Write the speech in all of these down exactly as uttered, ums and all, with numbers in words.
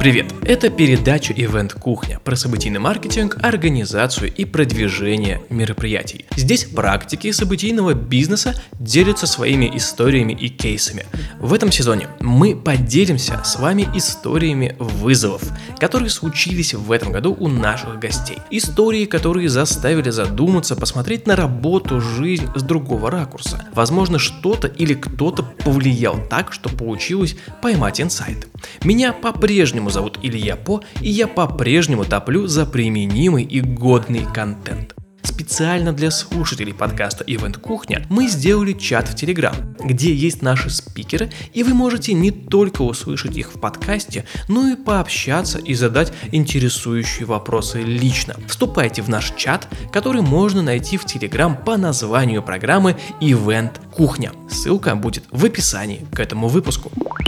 Привет! Это передача «Ивент Кухня» про событийный маркетинг, организацию и продвижение мероприятий. Здесь практики событийного бизнеса делятся своими историями и кейсами. В этом сезоне мы поделимся с вами историями вызовов, которые случились в этом году у наших гостей. Истории, которые заставили задуматься, посмотреть на работу, жизнь с другого ракурса. Возможно, что-то или кто-то повлиял так, что получилось поймать инсайт. Меня по-прежнему зовут Илья По, и я по-прежнему топлю за применимый и годный контент. Специально для слушателей подкаста «Ивент Кухня» мы сделали чат в Telegram, где есть наши спикеры, и вы можете не только услышать их в подкасте, но и пообщаться и задать интересующие вопросы лично. Вступайте в наш чат, который можно найти в Telegram по названию программы «Ивент Кухня». Ссылка будет в описании к этому выпуску.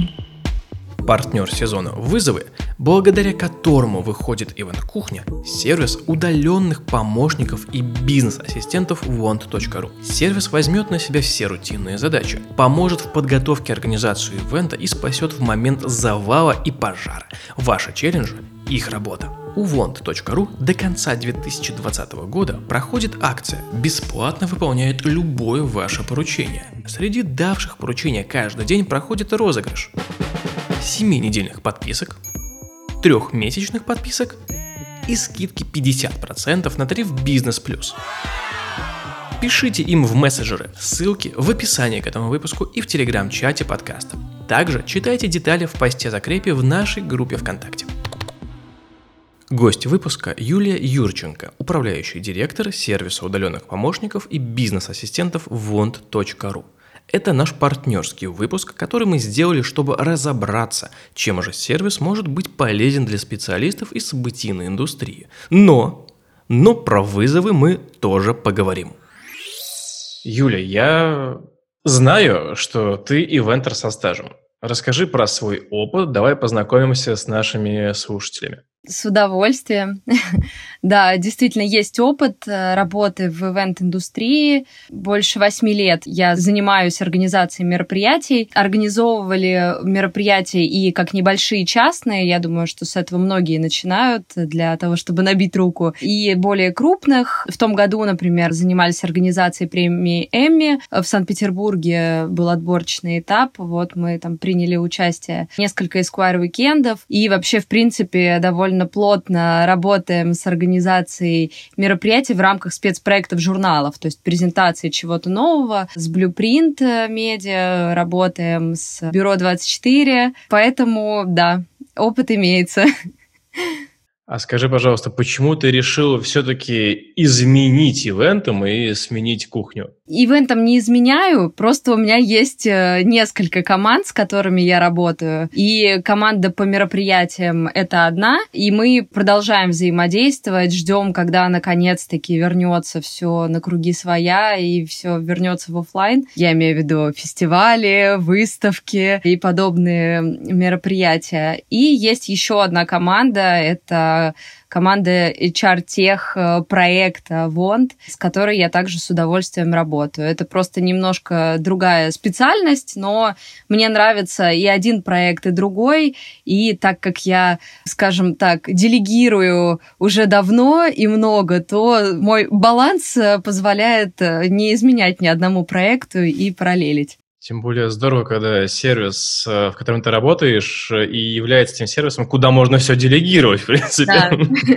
Партнер сезона «Вызовы», благодаря которому выходит Ивент Кухня, сервис удаленных помощников и бизнес-ассистентов want точка ру. Сервис возьмет на себя все рутинные задачи, поможет в подготовке организации ивента и спасет в момент завала и пожара. Ваши челленджи – их работа. У want точка ру до конца две тысячи двадцатого года проходит акция «Бесплатно выполняет любое ваше поручение». Среди давших поручения каждый день проходит розыгрыш семинедельных подписок, трехмесячных подписок и скидки пятьдесят процентов на тариф Бизнес Плюс. Пишите им в мессенджеры, ссылки в описании к этому выпуску и в телеграм-чате подкаста. Также читайте детали в посте-закрепе в нашей группе ВКонтакте. Гость выпуска Юлия Юрченко, управляющий директор сервиса удаленных помощников и бизнес-ассистентов want точка ру. Это наш партнерский выпуск, который мы сделали, чтобы разобраться, чем же сервис может быть полезен для специалистов из событийной индустрии. Но, но про вызовы мы тоже поговорим. Юля, я знаю, что ты ивентер со стажем. Расскажи про свой опыт, давай познакомимся с нашими слушателями. С удовольствием. Да, действительно, есть опыт работы в ивент-индустрии. Больше восьми лет я занимаюсь организацией мероприятий. Организовывали мероприятия и как небольшие частные. Я думаю, что с этого многие начинают для того, чтобы набить руку. И более крупных. В том году, например, занимались организацией премии Эмми. В Санкт-Петербурге был отборочный этап. Вот мы там приняли участие в несколько эсквайр-уикендов. И вообще, в принципе, довольно плотно работаем с организацией мероприятий в рамках спецпроектов журналов, то есть презентации чего-то нового, с Blueprint Media, работаем с Бюро двадцать четыре, поэтому, да, опыт имеется. А скажи, пожалуйста, почему ты решила все-таки изменить ивентом и сменить кухню? Ивентом не изменяю, просто у меня есть несколько команд, с которыми я работаю, и команда по мероприятиям — это одна, и мы продолжаем взаимодействовать, ждем, когда наконец-таки вернется все на круги своя и все вернется в офлайн. Я имею в виду фестивали, выставки и подобные мероприятия. И есть еще одна команда, это команда эйч ар-тех проекта want, с которой я также с удовольствием работаю. Это просто немножко другая специальность, но мне нравится и один проект, и другой. И так как я, скажем так, делегирую уже давно и много, то мой баланс позволяет не изменять ни одному проекту и параллелить. Тем более здорово, когда сервис, в котором ты работаешь, и является тем сервисом, куда можно все делегировать, в принципе. Да.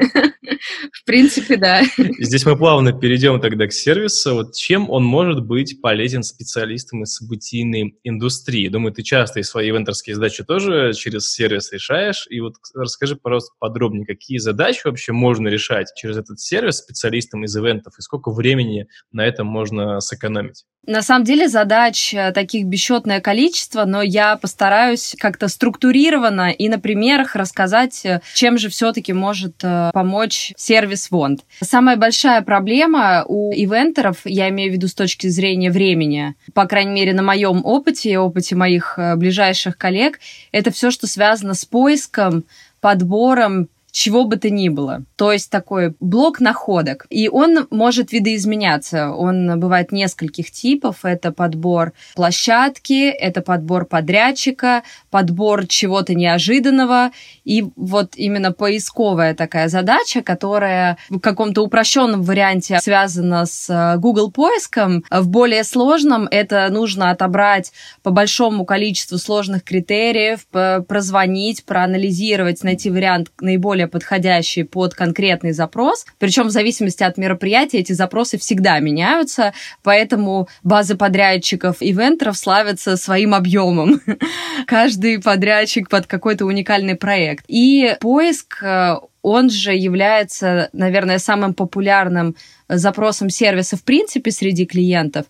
В принципе, да. Здесь мы плавно перейдем тогда к сервису. Вот чем он может быть полезен специалистам из событийной индустрии? Думаю, ты часто и свои ивентерские задачи тоже через сервис решаешь. И вот расскажи, пожалуйста, подробнее, какие задачи вообще можно решать через этот сервис специалистам из ивентов, и сколько времени на этом можно сэкономить? На самом деле задач таких бесчетное количество, но я постараюсь как-то структурированно и на примерах рассказать, чем же все-таки может помочь сервис want. Самая большая проблема у ивентеров, я имею в виду с точки зрения времени, по крайней мере, на моем опыте и опыте моих ближайших коллег, это все, что связано с поиском, подбором чего бы то ни было. То есть такой блок находок. И он может видоизменяться. Он бывает нескольких типов. Это подбор площадки, это подбор подрядчика, подбор чего-то неожиданного. И вот именно поисковая такая задача, которая в каком-то упрощенном варианте связана с Google поиском. В более сложном это нужно отобрать по большому количеству сложных критериев, прозвонить, проанализировать, найти вариант наиболее подходящий под конкретный запрос. Причем в зависимости от мероприятия эти запросы всегда меняются, поэтому базы подрядчиков и венторов славятся своим объемом. Каждый подрядчик под какой-то уникальный проект. И поиск, он же является, наверное, самым популярным запросом сервиса в принципе среди клиентов.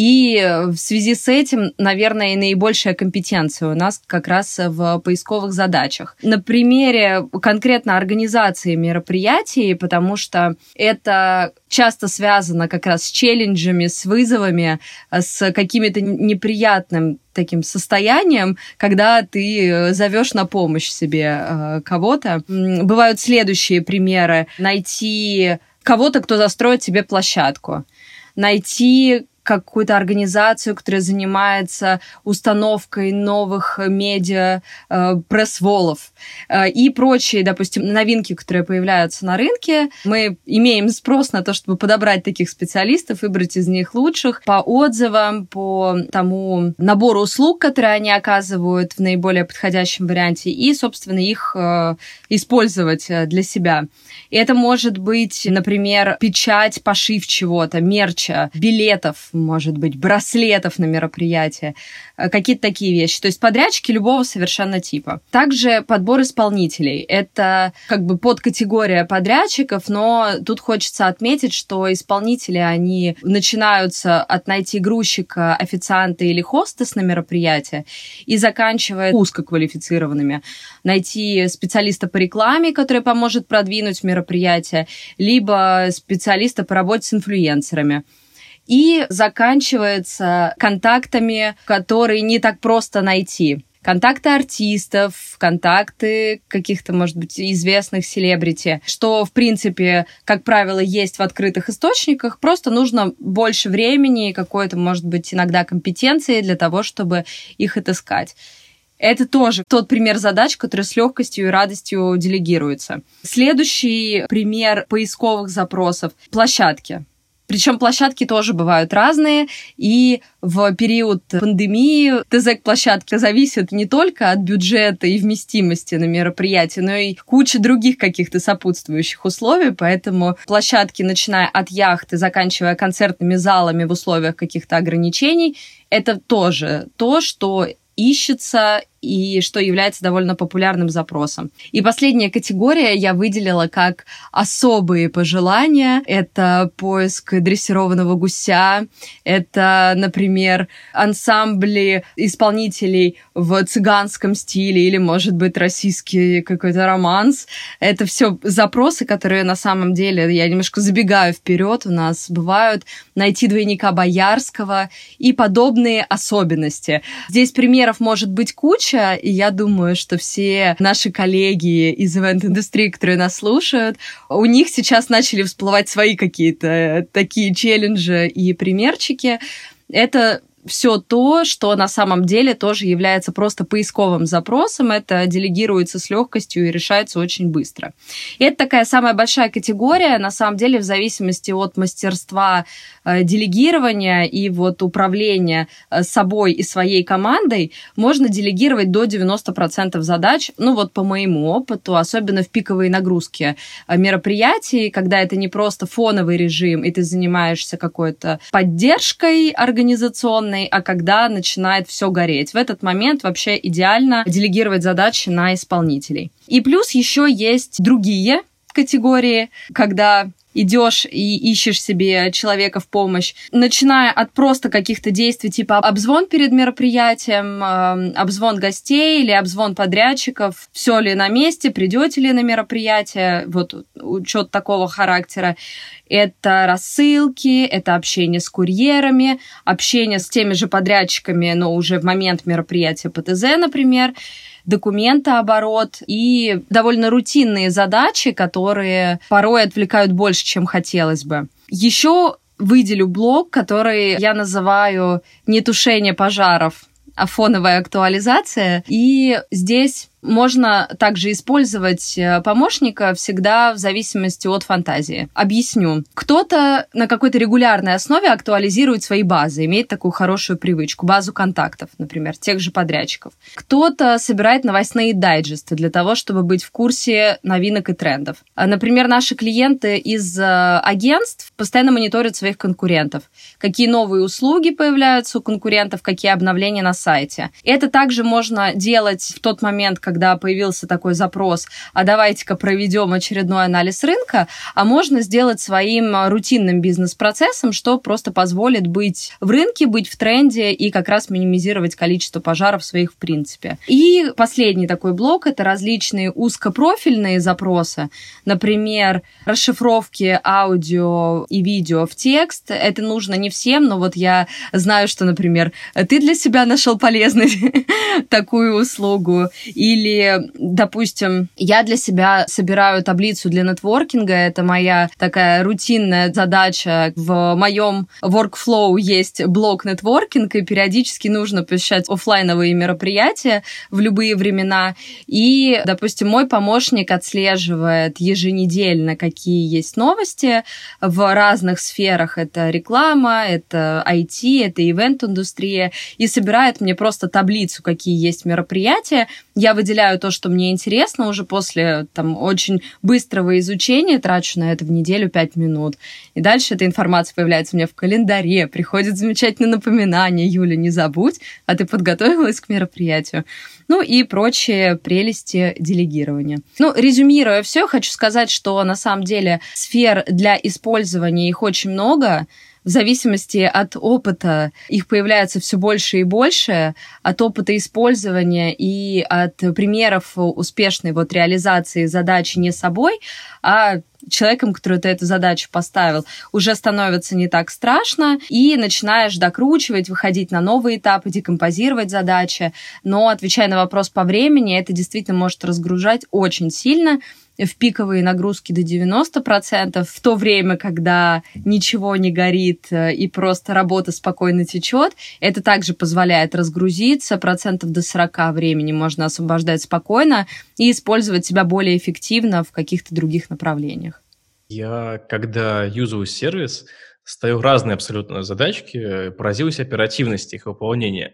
И в связи с этим, наверное, и наибольшая компетенция у нас как раз в поисковых задачах. На примере конкретно организации мероприятий, потому что это часто связано как раз с челленджами, с вызовами, с какими-то неприятным таким состоянием, когда ты зовешь на помощь себе э, кого-то. Бывают следующие примеры. Найти кого-то, кто застроит тебе площадку. Найти какую-то организацию, которая занимается установкой новых медиа, э, пресс-волов э, и прочие, допустим, новинки, которые появляются на рынке. Мы имеем спрос на то, чтобы подобрать таких специалистов, выбрать из них лучших по отзывам, по тому набору услуг, которые они оказывают в наиболее подходящем варианте, и, собственно, их э, использовать для себя. И это может быть, например, печать, пошив чего-то, мерча, билетов, может быть, браслетов на мероприятие, какие-то такие вещи. То есть подрядчики любого совершенно типа. Также подбор исполнителей. Это как бы подкатегория подрядчиков, но тут хочется отметить, что исполнители, они начинаются от найти грузчика, официанта или хостес на мероприятие и заканчивая узкоквалифицированными. Найти специалиста по рекламе, который поможет продвинуть мероприятие, либо специалиста по работе с инфлюенсерами. И заканчивается контактами, которые не так просто найти. Контакты артистов, контакты каких-то, может быть, известных селебрити, что, в принципе, как правило, есть в открытых источниках, просто нужно больше времени и какой-то, может быть, иногда компетенции для того, чтобы их отыскать. Это тоже тот пример задач, который с легкостью и радостью делегируется. Следующий пример поисковых запросов – площадки. Причем площадки тоже бывают разные, и в период пандемии ТЗ площадки зависят не только от бюджета и вместимости на мероприятие, но и куча других каких-то сопутствующих условий, поэтому площадки, начиная от яхты, заканчивая концертными залами в условиях каких-то ограничений, это тоже то, что ищется и что является довольно популярным запросом. И последняя категория я выделила как особые пожелания. Это поиск дрессированного гуся, это, например, ансамбли исполнителей в цыганском стиле или, может быть, российский какой-то романс. Это все запросы, которые на самом деле, я немножко забегаю вперед, у нас бывают найти двойника Боярского и подобные особенности. Здесь примеров может быть куча, и я думаю, что все наши коллеги из ивент-индустрии, которые нас слушают, у них сейчас начали всплывать свои какие-то такие челленджи и примерчики. Это все то, что на самом деле тоже является просто поисковым запросом. Это делегируется с легкостью и решается очень быстро. И это такая самая большая категория. На самом деле, в зависимости от мастерства э, делегирования и вот управления э, собой и своей командой, можно делегировать до девяносто процентов задач. Ну вот по моему опыту, особенно в пиковые нагрузки э, мероприятий, когда это не просто фоновый режим, и ты занимаешься какой-то поддержкой организационной, а когда начинает все гореть. В этот момент вообще идеально делегировать задачи на исполнителей. И плюс еще есть другие категории, когда идешь и ищешь себе человека в помощь, начиная от просто каких-то действий типа обзвон перед мероприятием, э, обзвон гостей или обзвон подрядчиков, все ли на месте, придете ли на мероприятие, вот учет такого характера. Это рассылки, это общение с курьерами, общение с теми же подрядчиками, но уже в момент мероприятия ПТЗ, например, документооборот и довольно рутинные задачи, которые порой отвлекают больше, чем хотелось бы. Еще выделю блок, который я называю «Не тушение пожаров», а фоновая актуализация. И здесь можно также использовать помощника всегда в зависимости от фантазии. Объясню. Кто-то на какой-то регулярной основе актуализирует свои базы, имеет такую хорошую привычку, базу контактов, например, тех же подрядчиков. Кто-то собирает новостные дайджесты для того, чтобы быть в курсе новинок и трендов. Например, наши клиенты из агентств постоянно мониторят своих конкурентов. Какие новые услуги появляются у конкурентов, какие обновления на сайте. Это также можно делать в тот момент, когда появился такой запрос, а давайте-ка проведем очередной анализ рынка, а можно сделать своим рутинным бизнес-процессом, что просто позволит быть в рынке, быть в тренде и как раз минимизировать количество пожаров своих в принципе. И последний такой блок – это различные узкопрофильные запросы, например, расшифровки аудио и видео в текст. Это нужно не всем, но вот я знаю, что, например, ты для себя нашел полезной такую услугу, или Или, допустим, я для себя собираю таблицу для нетворкинга. Это моя такая рутинная задача. В моем workflow есть блок нетворкинг, и периодически нужно посещать офлайновые мероприятия в любые времена. И, допустим, мой помощник отслеживает еженедельно, какие есть новости в разных сферах. Это реклама, это ай ти, это ивент-индустрия. И собирает мне просто таблицу, какие есть мероприятия. Я выделяю то, что мне интересно, уже после там, очень быстрого изучения трачу на это в неделю пять минут. И дальше эта информация появляется у меня в календаре, приходит замечательное напоминание: Юля, не забудь, а ты подготовилась к мероприятию. Ну и прочие прелести делегирования. Ну, резюмируя все, хочу сказать, что на самом деле сфер для использования их очень много. В зависимости от опыта их появляется все больше и больше, от опыта использования и от примеров успешной вот реализации задачи не собой, а человеком, который ты эту задачу поставил, уже становится не так страшно, и начинаешь докручивать, выходить на новые этапы, декомпозировать задачи. Но, отвечая на вопрос по времени, это действительно может разгружать очень сильно, в пиковые нагрузки до девяносто процентов, в то время, когда ничего не горит и просто работа спокойно течет. Это также позволяет разгрузиться, процентов до сорок времени можно освобождать спокойно и использовать себя более эффективно в каких-то других направлениях. Я, когда юзаю сервис, ставил разные абсолютно задачки, поразилась оперативности их выполнения.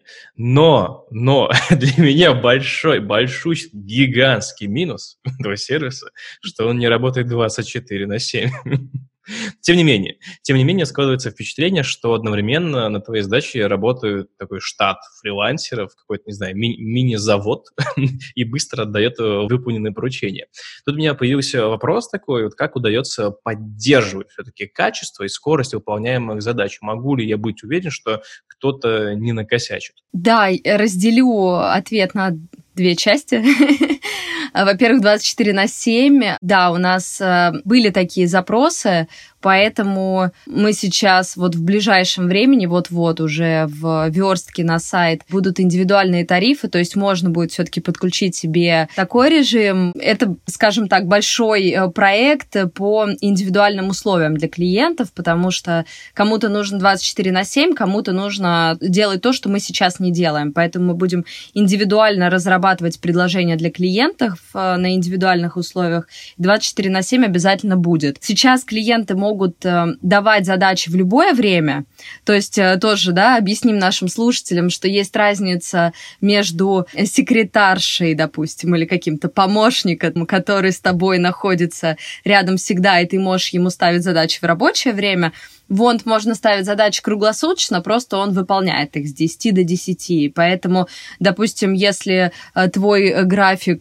Но, но для меня большой, большущий, гигантский минус этого сервиса, что он не работает двадцать четыре на семь. Тем не менее, тем не менее складывается впечатление, что одновременно на твоей задаче работает такой штат фрилансеров, какой-то, не знаю, ми- мини-завод, и быстро отдает выполненные поручения. Тут у меня появился вопрос такой, вот как удается поддерживать все-таки качество и скорость выполняемых задач? Могу ли я быть уверен, что кто-то не накосячит? Да, разделю ответ на две части. Во-первых, двадцать четыре на семь. Да, у нас были такие запросы, поэтому мы сейчас вот в ближайшем времени, вот-вот уже в верстке на сайт будут индивидуальные тарифы, то есть можно будет все-таки подключить себе такой режим. Это, скажем так, большой проект по индивидуальным условиям для клиентов, потому что кому-то нужно двадцать четыре на семь, кому-то нужно делать то, что мы сейчас не делаем. Поэтому мы будем индивидуально разрабатывать предложения для клиентов на индивидуальных условиях. двадцать четыре на семь обязательно будет. Сейчас клиенты могут давать задачи в любое время. То есть тоже, да, объясним нашим слушателям, что есть разница между секретаршей, допустим, или каким-то помощником, который с тобой находится рядом всегда, и ты можешь ему ставить задачи в рабочее время. Вонт можно ставить задачи круглосуточно, просто он выполняет их с десяти до десяти. Поэтому, допустим, если твой график, твой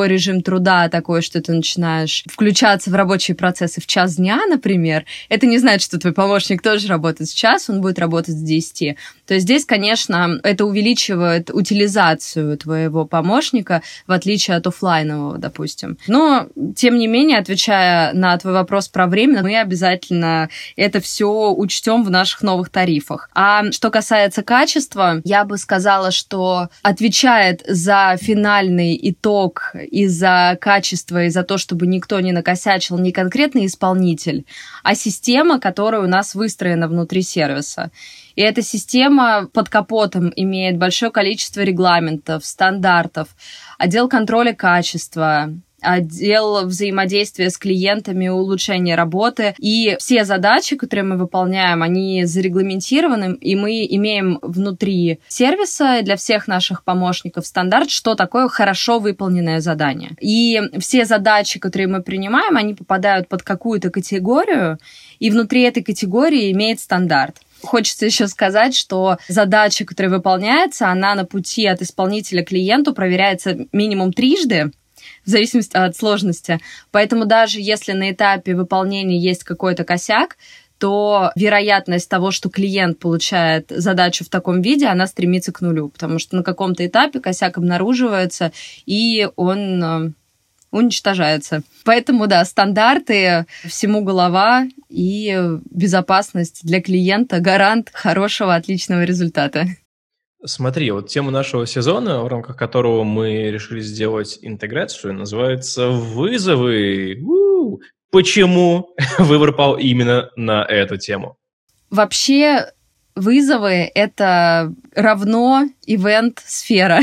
твой режим труда такой, что ты начинаешь включаться в рабочие процессы в час дня, например, это не значит, что твой помощник тоже работает с часа, он будет работать с десяти. То есть здесь, конечно, это увеличивает утилизацию твоего помощника, в отличие от офлайнового, допустим. Но, тем не менее, отвечая на твой вопрос про время, мы обязательно это все учтем в наших новых тарифах. А что касается качества, я бы сказала, что отвечает за финальный итог и за качество, и за то, чтобы никто не накосячил, не конкретный исполнитель, а система, которая у нас выстроена внутри сервиса. И эта система под капотом имеет большое количество регламентов, стандартов, отдел контроля качества, отдел взаимодействия с клиентами, улучшения работы. И все задачи, которые мы выполняем, они зарегламентированы, и мы имеем внутри сервиса для всех наших помощников стандарт, что такое хорошо выполненное задание. И все задачи, которые мы принимаем, они попадают под какую-то категорию, и внутри этой категории имеет стандарт. Хочется еще сказать, что задача, которая выполняется, она на пути от исполнителя к клиенту проверяется минимум трижды, в зависимости от сложности. Поэтому даже если на этапе выполнения есть какой-то косяк, то вероятность того, что клиент получает задачу в таком виде, она стремится к нулю, потому что на каком-то этапе косяк обнаруживается, и он уничтожается. Поэтому, да, стандарты, всему голова, и безопасность для клиента — гарант хорошего, отличного результата. Смотри, вот тема нашего сезона, в рамках которого мы решили сделать интеграцию, называется «Вызовы». У-у-у. Почему выбор пал именно на эту тему? Вообще, вызовы — это равно ивент-сфера.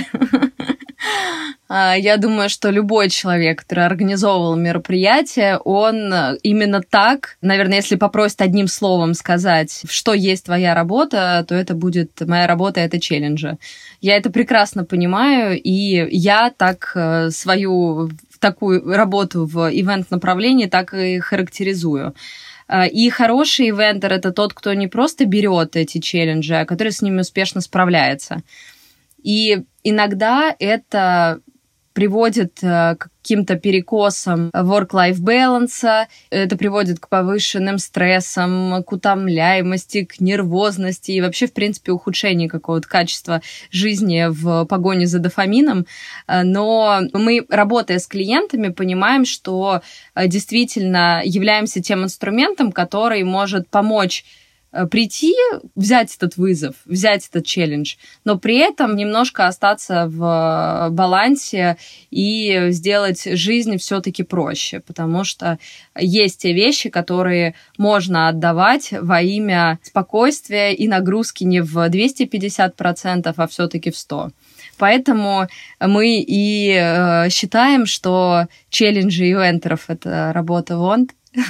Я думаю, что любой человек, который организовывал мероприятие, он именно так, наверное, если попросит одним словом сказать, что есть твоя работа, то это будет «моя работа — это челленджи». Я это прекрасно понимаю, и я так свою такую работу в ивент-направлении так и характеризую. И хороший ивентер — это тот, кто не просто берет эти челленджи, а который с ними успешно справляется. И иногда это приводит к каким-то перекосам work-life balance, это приводит к повышенным стрессам, к утомляемости, к нервозности и вообще, в принципе, ухудшению какого-то качества жизни в погоне за дофамином. Но мы, работая с клиентами, понимаем, что действительно являемся тем инструментом, который может помочь прийти, взять этот вызов, взять этот челлендж, но при этом немножко остаться в балансе и сделать жизнь все-таки проще, потому что есть те вещи, которые можно отдавать во имя спокойствия и нагрузки не в двести пятьдесят процентов, а все-таки в сто процентов. Поэтому мы и считаем, что челленджи ивентеров — это работа вонд.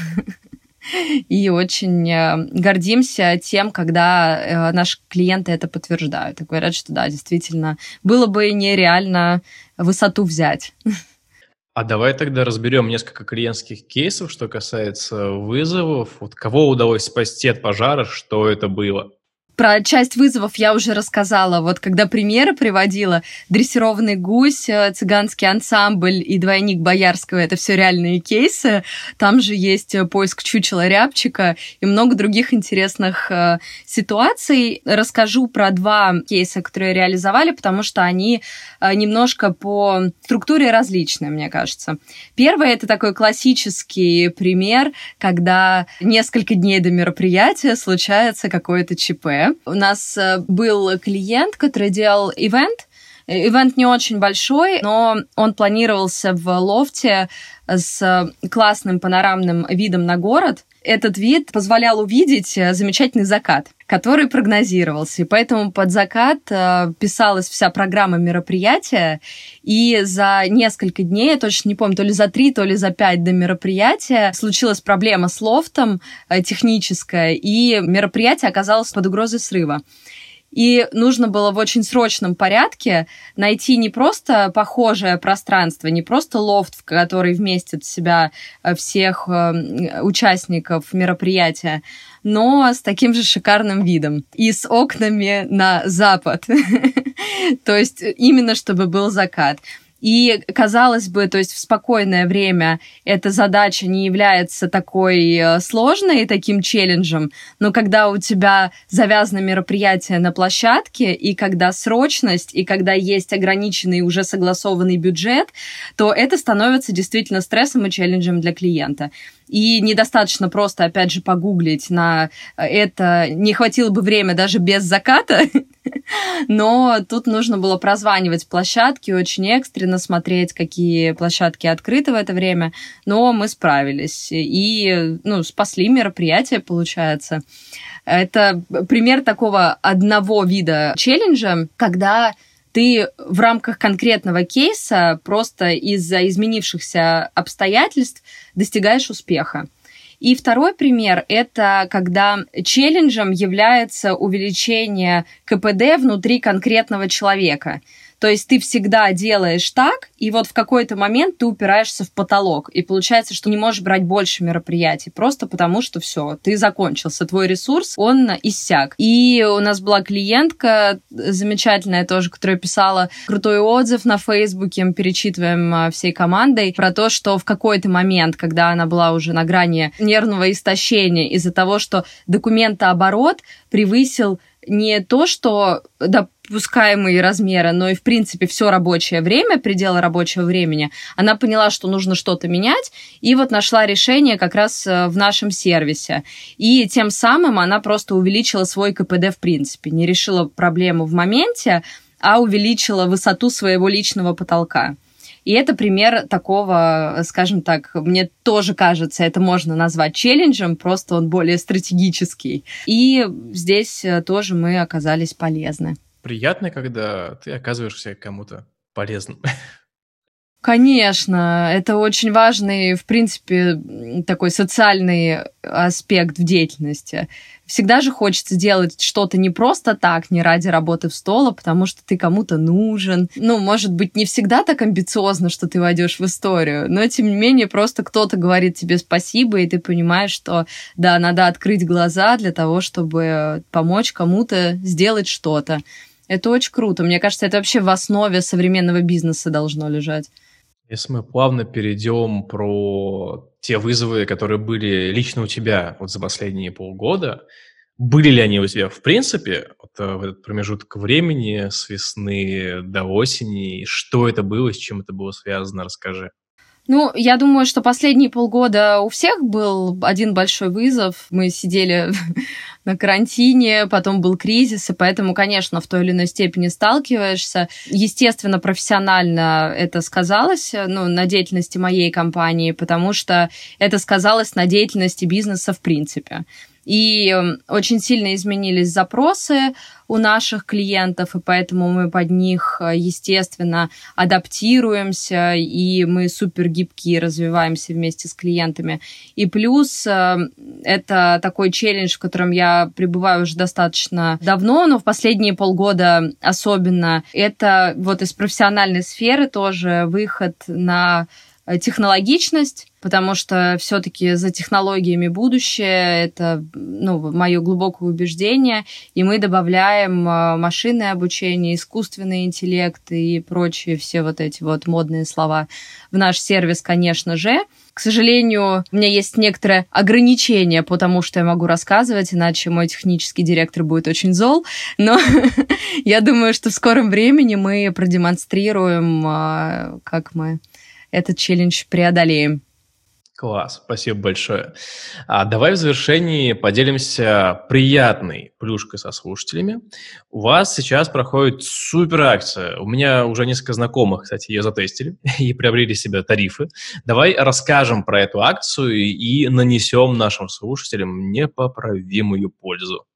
И очень гордимся тем, когда наши клиенты это подтверждают. И говорят, что да, действительно, было бы нереально высоту взять. А давай тогда разберем несколько клиентских кейсов, что касается вызовов. Вот кого удалось спасти от пожара, что это было? Про часть вызовов я уже рассказала. Вот когда примеры приводила, дрессированный гусь, цыганский ансамбль и двойник Боярского — это все реальные кейсы. Там же есть поиск чучела рябчика и много других интересных э, ситуаций. Расскажу про два кейса, которые реализовали, потому что они э, немножко по структуре различны, мне кажется. Первый — это такой классический пример, когда несколько дней до мероприятия случается какое-то ЧП. У нас был клиент, который делал ивент. Ивент не очень большой, но он планировался в лофте с классным панорамным видом на город. Этот вид позволял увидеть замечательный закат, который прогнозировался. И поэтому под закат писалась вся программа мероприятия. И за несколько дней, я точно не помню, то ли за три, то ли за пять до мероприятия случилась проблема с лофтом техническая, и мероприятие оказалось под угрозой срыва. И нужно было в очень срочном порядке найти не просто похожее пространство, не просто лофт, в который вместит в себя всех участников мероприятия, но с таким же шикарным видом и с окнами на запад. То есть именно чтобы был закат. И, казалось бы, то есть в спокойное время эта задача не является такой сложной и таким челленджем, но когда у тебя завязано мероприятие на площадке, и когда срочность, и когда есть ограниченный уже согласованный бюджет, то это становится действительно стрессом и челленджем для клиента. И недостаточно просто, опять же, погуглить на это. Не хватило бы времени даже без заката, но тут нужно было прозванивать площадки очень экстренно, смотреть, какие площадки открыты в это время. Но мы справились и ну, спасли мероприятие, получается. Это пример такого одного вида челленджа, когда ты в рамках конкретного кейса просто из-за изменившихся обстоятельств достигаешь успеха. И второй пример – это когда челленджем является увеличение ка пэ дэ внутри конкретного человека. То есть ты всегда делаешь так, и вот в какой-то момент ты упираешься в потолок. И получается, что не можешь брать больше мероприятий, просто потому что все, ты закончился, твой ресурс, он иссяк. И у нас была клиентка замечательная тоже, которая писала крутой отзыв на Фейсбуке, мы перечитываем всей командой, про то, что в какой-то момент, когда она была уже на грани нервного истощения из-за того, что документооборот превысил не то, что допускаемые размеры, но и, в принципе, все рабочее время, пределы рабочего времени, она поняла, что нужно что-то менять, и вот нашла решение как раз в нашем сервисе. И тем самым она просто увеличила свой ка пэ дэ в принципе, не решила проблему в моменте, а увеличила высоту своего личного потолка. И это пример такого, скажем так, мне тоже кажется, это можно назвать челленджем, просто он более стратегический. И здесь тоже мы оказались полезны. Приятно, когда ты оказываешься кому-то полезным. Конечно, это очень важный, в принципе, такой социальный аспект в деятельности. Всегда же хочется делать что-то не просто так, не ради работы в стол, а потому что ты кому-то нужен. Ну, может быть, не всегда так амбициозно, что ты войдешь в историю, но, тем не менее, просто кто-то говорит тебе спасибо, и ты понимаешь, что, да, надо открыть глаза для того, чтобы помочь кому-то сделать что-то. Это очень круто. Мне кажется, это вообще в основе современного бизнеса должно лежать. Если мы плавно перейдем про те вызовы, которые были лично у тебя вот за последние полгода, были ли они у тебя в принципе вот, в этот промежуток времени с весны до осени? Что это было, с чем это было связано? Расскажи. Ну, я думаю, что последние полгода у всех был один большой вызов. Мы сидели на карантине, потом был кризис, и поэтому, конечно, в той или иной степени сталкиваешься. Естественно, профессионально это сказалось, ну, на деятельности моей компании, потому что это сказалось на деятельности бизнеса в принципе. И очень сильно изменились запросы у наших клиентов, и поэтому мы под них, естественно, адаптируемся, и мы супер гибкие, развиваемся вместе с клиентами. И плюс это такой челлендж, в котором я пребываю уже достаточно давно, но в последние полгода особенно. Это вот из профессиональной сферы тоже выход на технологичность, потому что все-таки за технологиями будущее, это ну, мое глубокое убеждение, и мы добавляем машинное обучение, искусственный интеллект и прочие все вот эти вот модные слова в наш сервис, конечно же. К сожалению, у меня есть некоторое ограничение по тому, что я могу рассказывать, иначе мой технический директор будет очень зол, но я думаю, что в скором времени мы продемонстрируем, как мы этот челлендж преодолеем. Класс, спасибо большое. А давай в завершении поделимся приятной плюшкой со слушателями. У вас сейчас проходит супер акция. У меня уже несколько знакомых, кстати, ее затестили и приобрели себе тарифы. Давай расскажем про эту акцию и нанесем нашим слушателям непоправимую пользу.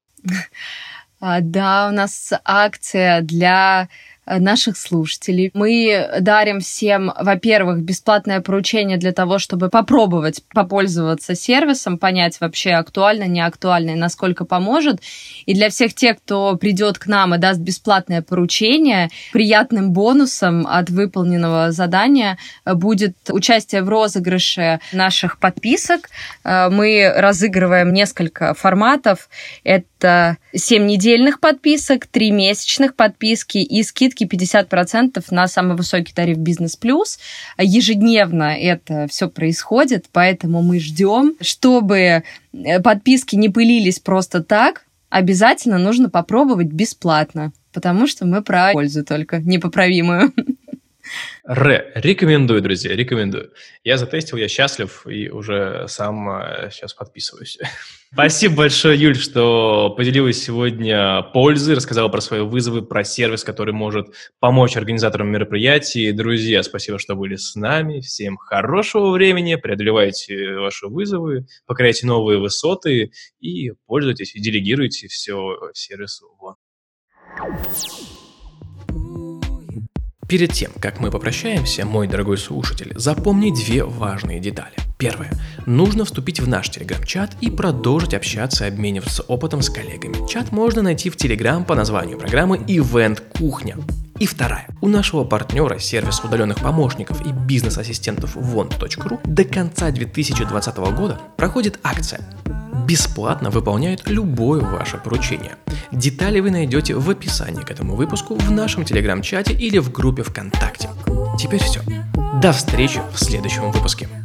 Да, у нас акция для наших слушателей. Мы дарим всем, во-первых, бесплатное поручение для того, чтобы попробовать попользоваться сервисом, понять вообще актуально, не актуально и насколько поможет. И для всех тех, кто придет к нам и даст бесплатное поручение, приятным бонусом от выполненного задания будет участие в розыгрыше наших подписок. Мы разыгрываем несколько форматов. Это семь недельных подписок, три месячных подписки и скидки скидки пятьдесят процентов на самый высокий тариф Бизнес Плюс. Ежедневно это все происходит, поэтому мы ждем, чтобы подписки не пылились просто так. Обязательно нужно попробовать бесплатно, потому что мы про пользу только, непоправимую. Ре, рекомендую, друзья, рекомендую. Я затестил, я счастлив и уже сам сейчас подписываюсь. Спасибо большое, Юль, что поделилась сегодня пользой, рассказала про свои вызовы, про сервис, который может помочь организаторам мероприятий. Друзья, спасибо, что были с нами. Всем хорошего времени, преодолевайте ваши вызовы, покоряйте новые высоты и пользуйтесь, и делегируйте все сервису. Вот. Перед тем, как мы попрощаемся, мой дорогой слушатель, запомни две важные детали. Первое. Нужно вступить в наш телеграм-чат и продолжить общаться и обмениваться опытом с коллегами. Чат можно найти в телеграм по названию программы «Ивент Кухня». И вторая. У нашего партнера, сервиса удаленных помощников и бизнес-ассистентов вонт точка ру, до конца две тысячи двадцатого года проходит акция. Бесплатно выполняют любое ваше поручение. Детали вы найдете в описании к этому выпуску в нашем телеграм-чате или в группе ВКонтакте. Теперь все. До встречи в следующем выпуске.